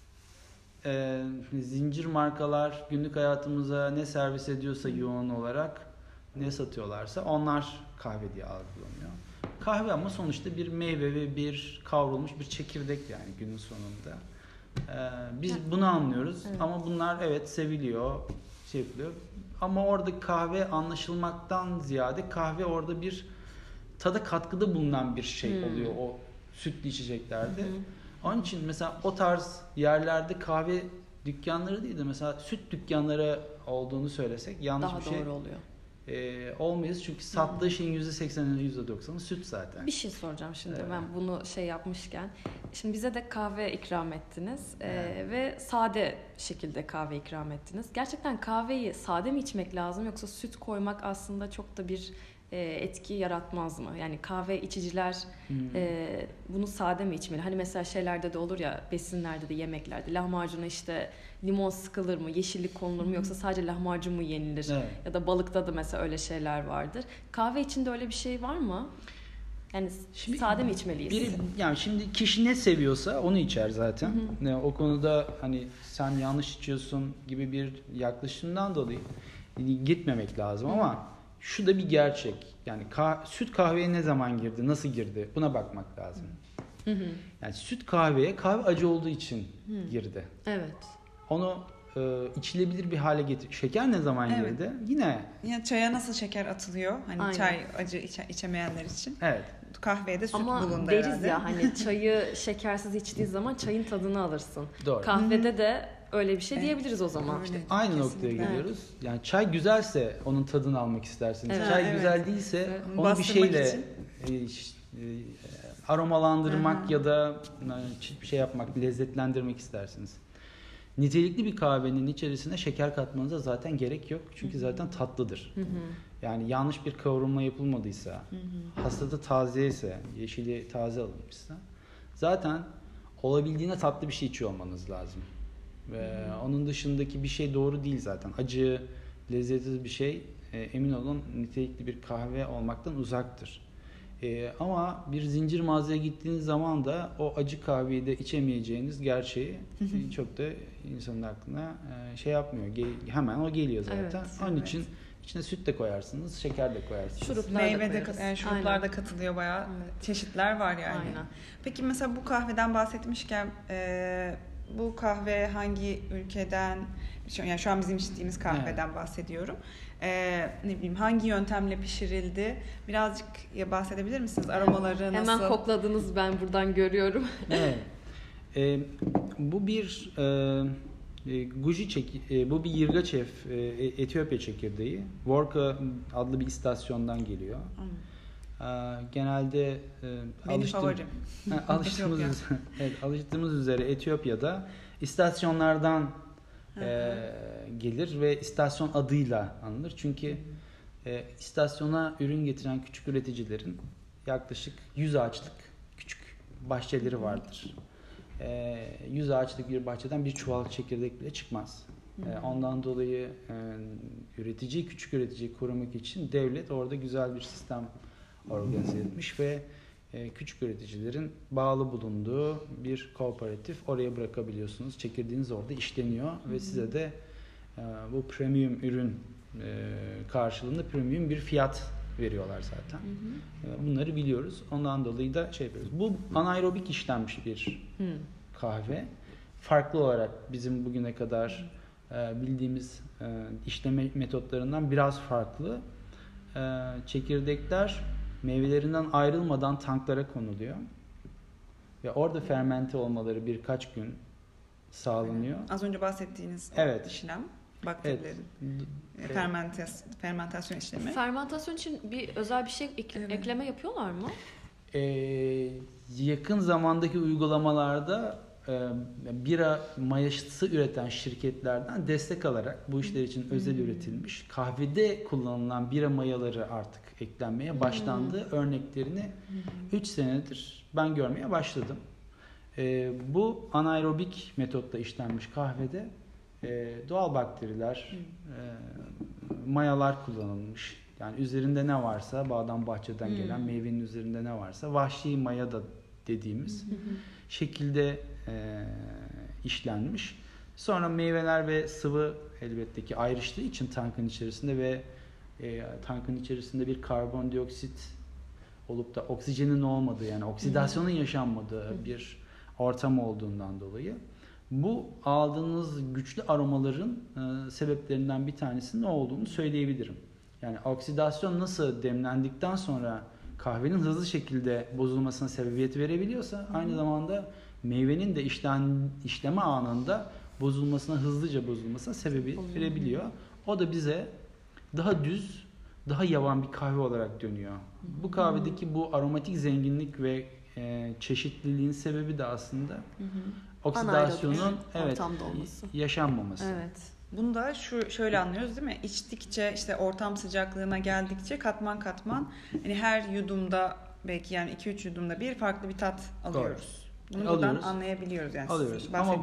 zincir markalar günlük hayatımıza ne servis ediyorsa yoğun olarak, ne satıyorlarsa onlar kahve diye algılanıyor. Kahve ama sonuçta bir meyve ve bir kavrulmuş bir çekirdek yani günün sonunda. Biz bunu anlıyoruz ama bunlar seviliyor, yapılıyor. Ama orada kahve anlaşılmaktan ziyade kahve orada bir tada katkıda bulunan bir şey oluyor o sütlü içeceklerde. Onun için mesela o tarz yerlerde kahve dükkanları değil de mesela süt dükkanları olduğunu söylesek yanlış daha bir şey. Daha doğru oluyor. Olmayız çünkü sattığı şeyin %80'i %90'ı süt zaten. Bir şey soracağım şimdi ben bunu yapmışken. Şimdi bize de kahve ikram ettiniz ve sade şekilde kahve ikram ettiniz. Gerçekten kahveyi sade mi içmek lazım, yoksa süt koymak aslında çok da bir etki yaratmaz mı? Yani kahve içiciler bunu sade mi içmeli? Hani mesela şeylerde de olur ya, besinlerde de, yemeklerde lahmacuna işte limon sıkılır mı, yeşillik konulur mu, yoksa sadece lahmacun mu yenilir? Ya da balıkta da mesela öyle şeyler vardır. Kahve içinde öyle bir şey var mı? Yani şimdi, sade mi içmeliyiz? Yani şimdi kişi ne seviyorsa onu içer zaten. Yani o konuda hani sen yanlış içiyorsun gibi bir yaklaşımdan dolayı gitmemek lazım ama şu da bir gerçek. Yani süt kahveye ne zaman girdi, nasıl girdi? Buna bakmak lazım. Yani süt kahveye kahve acı olduğu için girdi. Evet. Onu içilebilir bir hale getir. Şeker ne zaman girdi? Yine. Ya çaya nasıl şeker atılıyor? Hani aynen. Çay acı içemeyenler için. Evet. Kahveye de süt bulundu ama deriz herhalde. ya hani çayı şekersiz içtiği zaman çayın tadını alırsın. Doğru. Kahvede de öyle bir şey diyebiliriz o zaman. Öyle. İşte aynı noktaya geliyoruz. Yani çay güzelse onun tadını almak istersiniz. Evet. Çay güzel değilse onu bir Bastırmak şeyle aromalandırmak ya da bir şey yapmak, lezzetlendirmek istersiniz. Nitelikli bir kahvenin içerisine şeker katmanıza zaten gerek yok. Çünkü zaten tatlıdır. Yani yanlış bir kavrulma yapılmadıysa, hasadı taze ise, yeşili taze alınmışsa zaten olabildiğine tatlı bir şey içiyor olmanız lazım. Ve onun dışındaki bir şey doğru değil zaten. Acı, lezzetli bir şey emin olun nitelikli bir kahve olmaktan uzaktır. Ama bir zincir mağazaya gittiğiniz zaman da o acı kahveyi de içemeyeceğiniz gerçeği çok da insanın aklına yapmıyor. Hemen o geliyor zaten. Evet, onun için içine süt de koyarsınız, şeker de koyarsınız. Şuruplar Meyve de koyarız. şuruplar da katılıyor bayağı. Çeşitler var yani. Aynen. Peki mesela bu kahveden bahsetmişken bu kahve hangi ülkeden, yani şu an bizim içtiğimiz kahveden bahsediyorum. Ne bileyim hangi yöntemle pişirildi? Birazcık bahsedebilir misiniz? Aromaları nasıl? Hemen kokladınız, ben buradan görüyorum. Evet. Bu bir bu bir yirgaçev, Etiyopya çekirdeği. Vorka adlı bir istasyondan geliyor. Genelde benim favorim. alıştığımız üzere Etiyopya'da istasyonlardan gelir ve istasyon adıyla anılır. Çünkü istasyona ürün getiren küçük üreticilerin yaklaşık 100 ağaçlık küçük bahçeleri vardır. 100 ağaçlık bir bahçeden bir çuval çekirdek bile çıkmaz. Ondan dolayı küçük üreticiyi korumak için devlet orada güzel bir sistem organize etmiş ve küçük üreticilerin bağlı bulunduğu bir kooperatif, oraya bırakabiliyorsunuz. Çekirdeğiniz orada işleniyor ve size de bu premium ürün karşılığında premium bir fiyat veriyorlar zaten. Bunları biliyoruz. Ondan dolayı da şey yapıyoruz. Bu anaerobik işlenmiş bir kahve. Farklı olarak bizim bugüne kadar bildiğimiz işleme metotlarından biraz farklı. Çekirdekler meyvelerinden ayrılmadan tanklara konuluyor. Ve orada fermente olmaları birkaç gün sağlanıyor. Az önce bahsettiğiniz işlem. Bakterilerin fermentasyon işlemi. Fermentasyon için özel bir şey ekleme yapıyorlar mı? Yakın zamandaki uygulamalarda bira mayası üreten şirketlerden destek alarak bu işler için özel üretilmiş kahvede kullanılan bira mayaları artık eklenmeye başlandı. Örneklerini 3 senedir ben görmeye başladım. Bu anaerobik metotla işlenmiş kahvede doğal bakteriler, mayalar kullanılmış. Yani üzerinde ne varsa, bağdan bahçeden gelen meyvenin üzerinde ne varsa vahşi maya da dediğimiz şekilde işlenmiş. Sonra meyveler ve sıvı elbette ki ayrıştığı için tankın içerisinde ve tankın içerisinde bir karbondioksit olup da oksijenin olmadığı, yani oksidasyonun yaşanmadığı bir ortam olduğundan dolayı bu aldığınız güçlü aromaların sebeplerinden bir tanesinin ne olduğunu söyleyebilirim. Yani oksidasyon nasıl demlendikten sonra kahvenin hızlı şekilde bozulmasına sebebiyet verebiliyorsa aynı zamanda meyvenin de işleme anında hızlıca bozulmasına sebebiyet verebiliyor. O da bize daha düz, daha yavan bir kahve olarak dönüyor. Bu kahvedeki bu aromatik zenginlik ve çeşitliliğin sebebi de aslında oksidasyonun yaşanmaması. Evet. Bunu da şöyle anlıyoruz değil mi? İçtikçe işte ortam sıcaklığına geldikçe katman katman hani her yudumda belki yani 2-3 yudumda bir farklı bir tat alıyoruz. Bunu buradan anlayabiliyoruz yani. Alıyoruz. Ama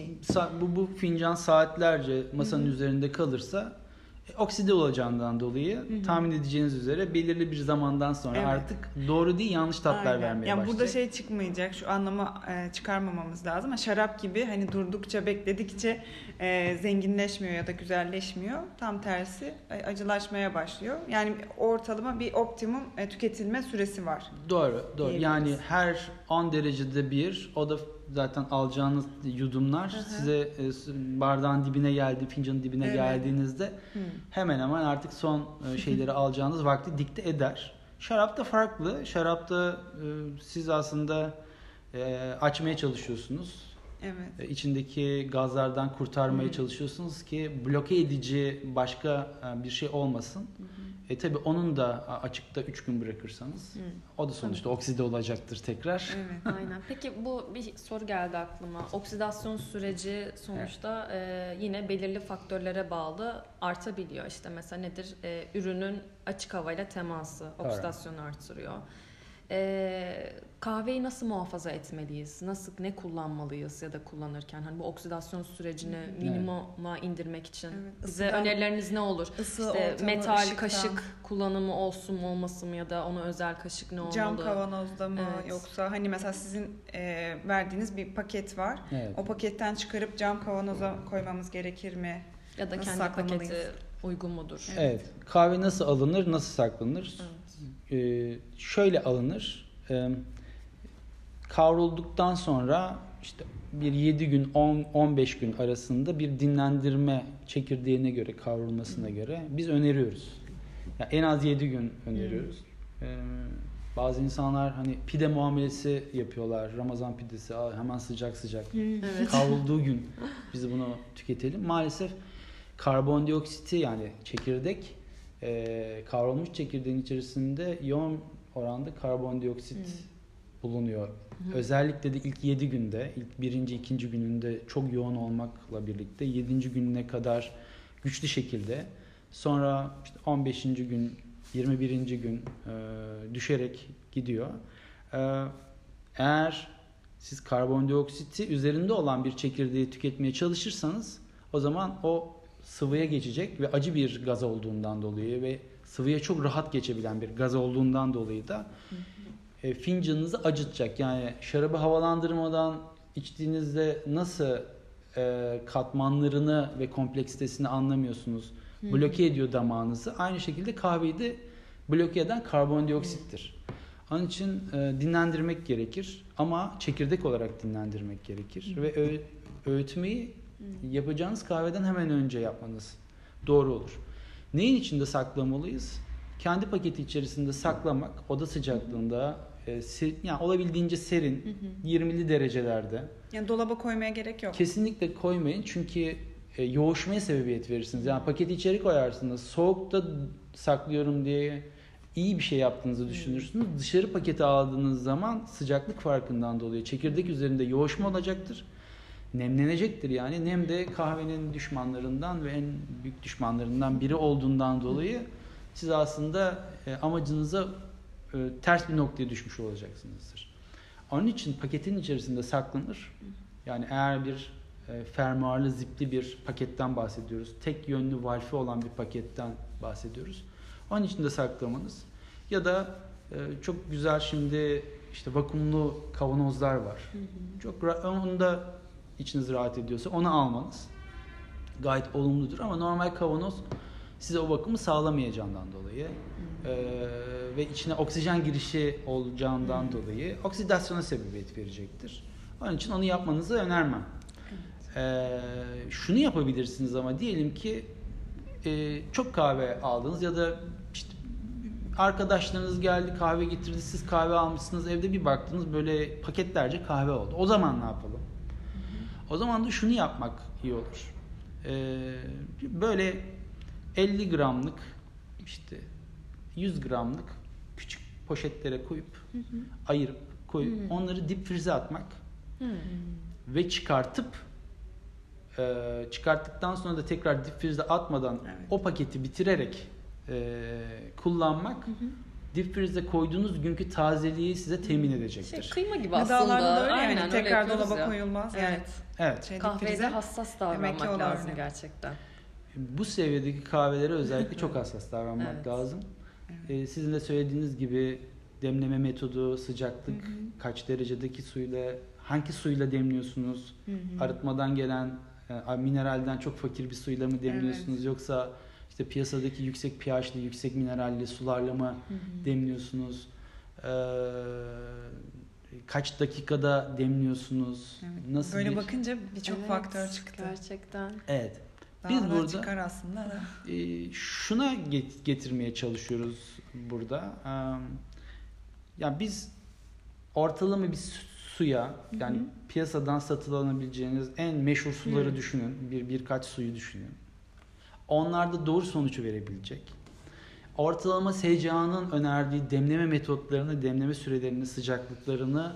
bu fincan saatlerce masanın üzerinde kalırsa okside olacağından dolayı tahmin edeceğiniz üzere belirli bir zamandan sonra artık doğru değil yanlış tatlar vermeye yani başlayacak. Burada çıkmayacak, şu anlamı çıkarmamamız lazım. Ama şarap gibi hani durdukça bekledikçe zenginleşmiyor ya da güzelleşmiyor. Tam tersi acılaşmaya başlıyor. Yani ortalama bir optimum tüketilme süresi var. Doğru. Yani her 10 derecede bir, o da zaten alacağınız yudumlar size bardağın dibine fincanın dibine geldiğinizde hemen hemen artık son şeyleri alacağınız vakti dikte eder. Şarap da farklı. Şarapta siz aslında açmaya çalışıyorsunuz. Evet. İçindeki gazlardan kurtarmaya çalışıyorsunuz ki bloke edici başka bir şey olmasın. Tabii onun da açıkta 3 gün bırakırsanız o da sonuçta okside olacaktır tekrar. Evet. Aynen. Peki bir soru geldi aklıma. Oksidasyon süreci sonuçta yine belirli faktörlere bağlı artabiliyor. İşte mesela nedir? Ürünün açık havayla teması oksidasyonu artırıyor. Kahveyi nasıl muhafaza etmeliyiz? Ne kullanmalıyız ya da kullanırken? Hani bu oksidasyon sürecini minimuma indirmek için bize önerileriniz ne olur? İşte metal ışıktan, kaşık kullanımı olsun mu olmasın mı ya da ona özel kaşık ne olmalı? Cam kavanozda mı yoksa hani mesela sizin verdiğiniz bir paket var. Evet. O paketten çıkarıp cam kavanoza koymamız gerekir mi? Ya da kendi paketi uygun mudur? Evet. Kahve nasıl alınır, nasıl saklanır? Şöyle alınır. Kavrulduktan sonra işte bir 7 gün 15 gün arasında bir dinlendirme çekirdeğine göre kavrulmasına göre biz öneriyoruz. Yani en az 7 gün öneriyoruz. Bazı insanlar hani pide muamelesi yapıyorlar. Ramazan pidesi hemen sıcak kavrulduğu gün biz bunu tüketelim. Maalesef karbondioksiti yani çekirdek kavrulmuş çekirdeğin içerisinde yoğun oranda karbondioksit bulunuyor. Özellikle de ilk 7 günde, ilk 1. 2. gününde çok yoğun olmakla birlikte 7. gününe kadar güçlü şekilde Sonra işte 15. gün, 21. gün düşerek gidiyor. Eğer siz karbondioksiti üzerinde olan bir çekirdeği tüketmeye çalışırsanız o zaman o sıvıya geçecek ve acı bir gaz olduğundan dolayı ve sıvıya çok rahat geçebilen bir gaz olduğundan dolayı da fincanınızı acıtacak. Yani şarabı havalandırmadan içtiğinizde nasıl katmanlarını ve kompleksitesini anlamıyorsunuz. Bloke ediyor damağınızı. Aynı şekilde kahveyi de bloke eden karbondioksittir. Onun için dinlendirmek gerekir ama çekirdek olarak dinlendirmek gerekir ve öğütmeyi yapacağınız kahveden hemen önce yapmanız doğru olur. Neyin içinde saklamalıyız? Kendi paketi içerisinde saklamak, oda sıcaklığında, yani olabildiğince serin, 20'li derecelerde. Yani dolaba koymaya gerek yok. Kesinlikle koymayın çünkü yoğuşmaya sebebiyet verirsiniz. Yani paketi içeri koyarsınız, soğukta saklıyorum diye iyi bir şey yaptığınızı düşünürsünüz. Dışarı paketi aldığınız zaman sıcaklık farkından dolayı çekirdek üzerinde yoğuşma olacaktır. Nemlenecektir yani. Nem de kahvenin düşmanlarından ve en büyük düşmanlarından biri olduğundan dolayı siz aslında amacınıza ters bir noktaya düşmüş olacaksınızdır. Onun için paketin içerisinde saklanır. Yani eğer bir fermuarlı zipli bir paketten bahsediyoruz. Tek yönlü valfi olan bir paketten bahsediyoruz. Onun içinde saklamanız. Ya da çok güzel şimdi işte vakumlu kavanozlar var. Çok onu da içiniz rahat ediyorsa onu almanız gayet olumludur ama normal kavanoz size o vakumu sağlamayacağından dolayı ve içine oksijen girişi olacağından dolayı oksidasyona sebebiyet verecektir. Onun için onu yapmanızı önermem. Şunu yapabilirsiniz ama diyelim ki çok kahve aldınız ya da işte arkadaşlarınız geldi kahve getirdi, siz kahve almışsınız, evde bir baktınız böyle paketlerce kahve oldu. O zaman ne yapalım? O zaman da şunu yapmak iyi olur. Böyle 50 gramlık işte 100 gramlık küçük poşetlere koyup ayırıp koyup onları dip frize atmak ve çıkarttıktan sonra da tekrar dip frize atmadan o paketi bitirerek kullanmak dip frize koyduğunuz günkü tazeliği size temin edecektir. Kıyma gibi aslında. Gıdalarda da öyle Aynen, yani tekrar dolaba ya. koyulmaz. Evet. Yani Kahveye de hassas davranmak lazım gerçekten. Bu seviyedeki kahvelere özellikle çok hassas davranmak lazım. Evet. Sizin de söylediğiniz gibi demleme metodu, sıcaklık, kaç derecedeki suyla, hangi suyla demliyorsunuz? Arıtmadan gelen mineralden çok fakir bir suyla mı demliyorsunuz yoksa işte piyasadaki yüksek pH'li, yüksek mineralli sularla mı demliyorsunuz? Kaç dakikada demliyorsunuz? Nasıl böyle bakınca birçok faktör çıktı. Gerçekten. Evet. Biz burada çıkar aslında da. Şuna getirmeye çalışıyoruz burada. Yani biz ortalama bir suya, yani piyasadan satılabileceğiniz en meşhur suları düşünün, birkaç suyu düşünün. Onlarda doğru sonucu verebilecek. Ortalama SCA'nın önerdiği demleme metotlarını, demleme sürelerini, sıcaklıklarını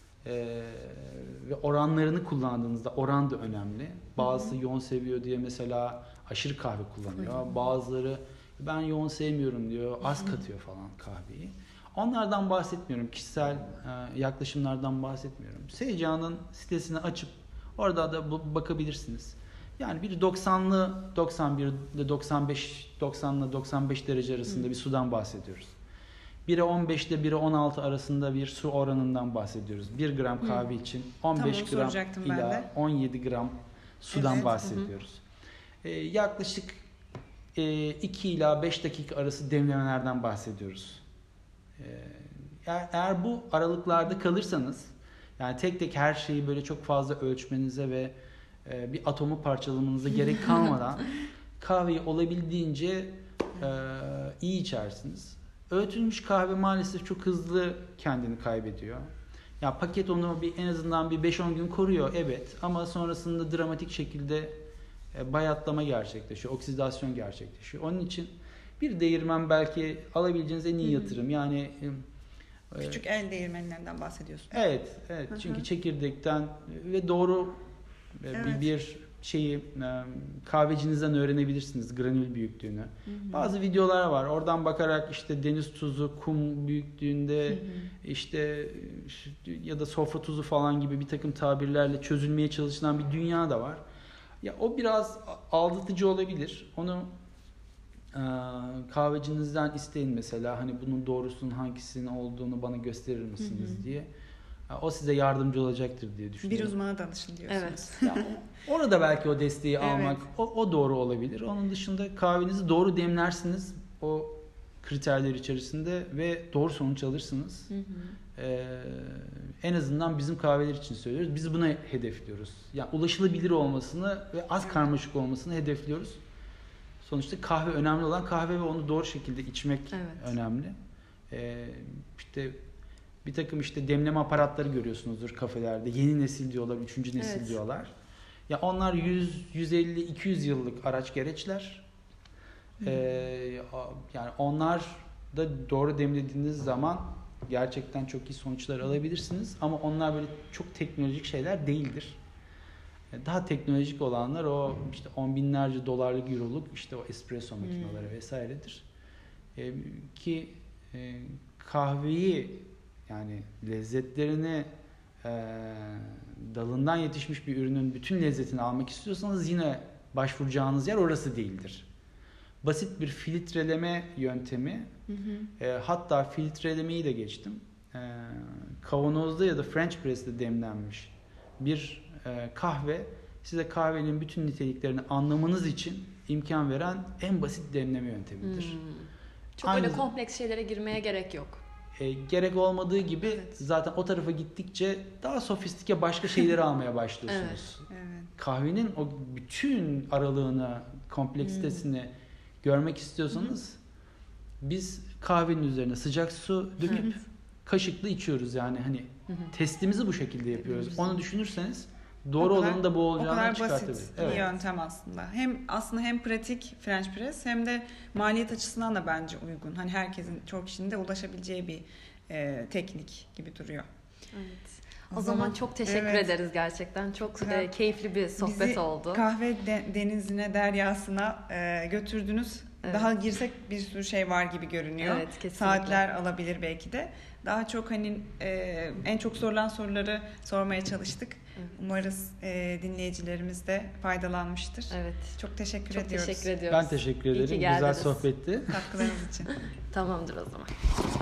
ve oranlarını kullandığınızda oran da önemli. Bazısı yoğun seviyor diye mesela aşırı kahve kullanıyor. Bazıları ben yoğun sevmiyorum diyor, az katıyor falan kahveyi. Onlardan bahsetmiyorum. Kişisel yaklaşımlardan bahsetmiyorum. SCA'nın sitesini açıp orada da bakabilirsiniz. Yani bir 90'lı 91 ile 95 90'lı 95 derece arasında bir sudan bahsediyoruz. 1'e 15 ile 1'e 16 arasında bir su oranından bahsediyoruz. 1 gram kahve için 15 gram ila 17 gram sudan bahsediyoruz. Yaklaşık 2 ila 5 dakika arası demlemelerden bahsediyoruz. Eğer bu aralıklarda kalırsanız, yani tek tek her şeyi böyle çok fazla ölçmenize ve bir atomu parçalamanıza gerek kalmadan kahveyi olabildiğince iyi içersiniz. Öğütülmüş kahve maalesef çok hızlı kendini kaybediyor. Ya paket onu en azından bir 5-10 gün koruyor evet, ama sonrasında dramatik şekilde bayatlama gerçekleşiyor, oksidasyon gerçekleşiyor. Onun için bir değirmen belki alabileceğiniz en iyi yatırım. Yani küçük el değirmenlerinden bahsediyorsun. Evet. Çünkü çekirdekten ve doğru bir kahvecinizden öğrenebilirsiniz granül büyüklüğünü. Bazı videolar var. Oradan bakarak işte deniz tuzu, kum büyüklüğünde işte ya da sofra tuzu falan gibi bir takım tabirlerle çözülmeye çalışılan bir dünya da var. Ya o biraz aldatıcı olabilir. Onu kahvecinizden isteyin mesela, hani bunun doğrusunun hangisinin olduğunu bana gösterir misiniz diye. O size yardımcı olacaktır diye düşünüyorum. Bir uzmana danışın diyorsunuz. Evet. Ya, orada belki o desteği almak o doğru olabilir. Onun dışında kahvenizi doğru demlersiniz o kriterler içerisinde ve doğru sonuç alırsınız. En azından bizim kahveler için söylüyoruz. Biz buna hedefliyoruz. Yani ulaşılabilir olmasını ve az karmaşık olmasını hedefliyoruz. Sonuçta kahve önemli olan kahve ve onu doğru şekilde içmek önemli. İşte bir takım işte demleme aparatları görüyorsunuzdur kafelerde. Yeni nesil diyorlar, 3. nesil diyorlar. Ya onlar 100, 150, 200 yıllık araç gereçler. Yani onlar da doğru demlediğiniz zaman gerçekten çok iyi sonuçlar alabilirsiniz. Ama onlar böyle çok teknolojik şeyler değildir. Daha teknolojik olanlar o işte on binlerce dolarlık, euroluk işte o espresso makineleri vesairedir. Ki kahveyi, yani lezzetlerini dalından yetişmiş bir ürünün bütün lezzetini almak istiyorsanız yine başvuracağınız yer orası değildir. Basit bir filtreleme yöntemi, hatta filtrelemeyi de geçtim. Kavanozda ya da French press'te demlenmiş bir kahve size kahvenin bütün niteliklerini anlamanız için imkan veren en basit demleme yöntemidir. Çok öyle kompleks şeylere girmeye gerek yok. Gerek olmadığı gibi zaten o tarafa gittikçe daha sofistike başka şeyleri almaya başlıyorsunuz. Kahvenin o bütün aralığını, kompleksitesini görmek istiyorsanız biz kahvenin üzerine sıcak su döküp kaşıkla içiyoruz, yani hani testimizi bu şekilde yapıyoruz. Onu düşünürseniz doğru olanın da bu olacağını çıkartabilir. O kadar basit bir yöntem aslında. Hem pratik French press hem de maliyet açısından da bence uygun. Hani herkesin, çok kişinin de ulaşabileceği bir teknik gibi duruyor. Evet. O zaman çok teşekkür ederiz gerçekten. Çok keyifli bir sohbet oldu. Bizi kahve denizine, deryasına götürdünüz. Daha girsek bir sürü şey var gibi görünüyor. Evet, kesinlikle. Saatler alabilir belki de. Daha çok hani en çok sorulan soruları sormaya çalıştık. Umarız dinleyicilerimiz de faydalanmıştır. Evet. Çok teşekkür çok ediyoruz. Teşekkür ediyoruz. Ben teşekkür ederim. Güzel sohbetti. Katkılarınız için. Tamamdır o zaman.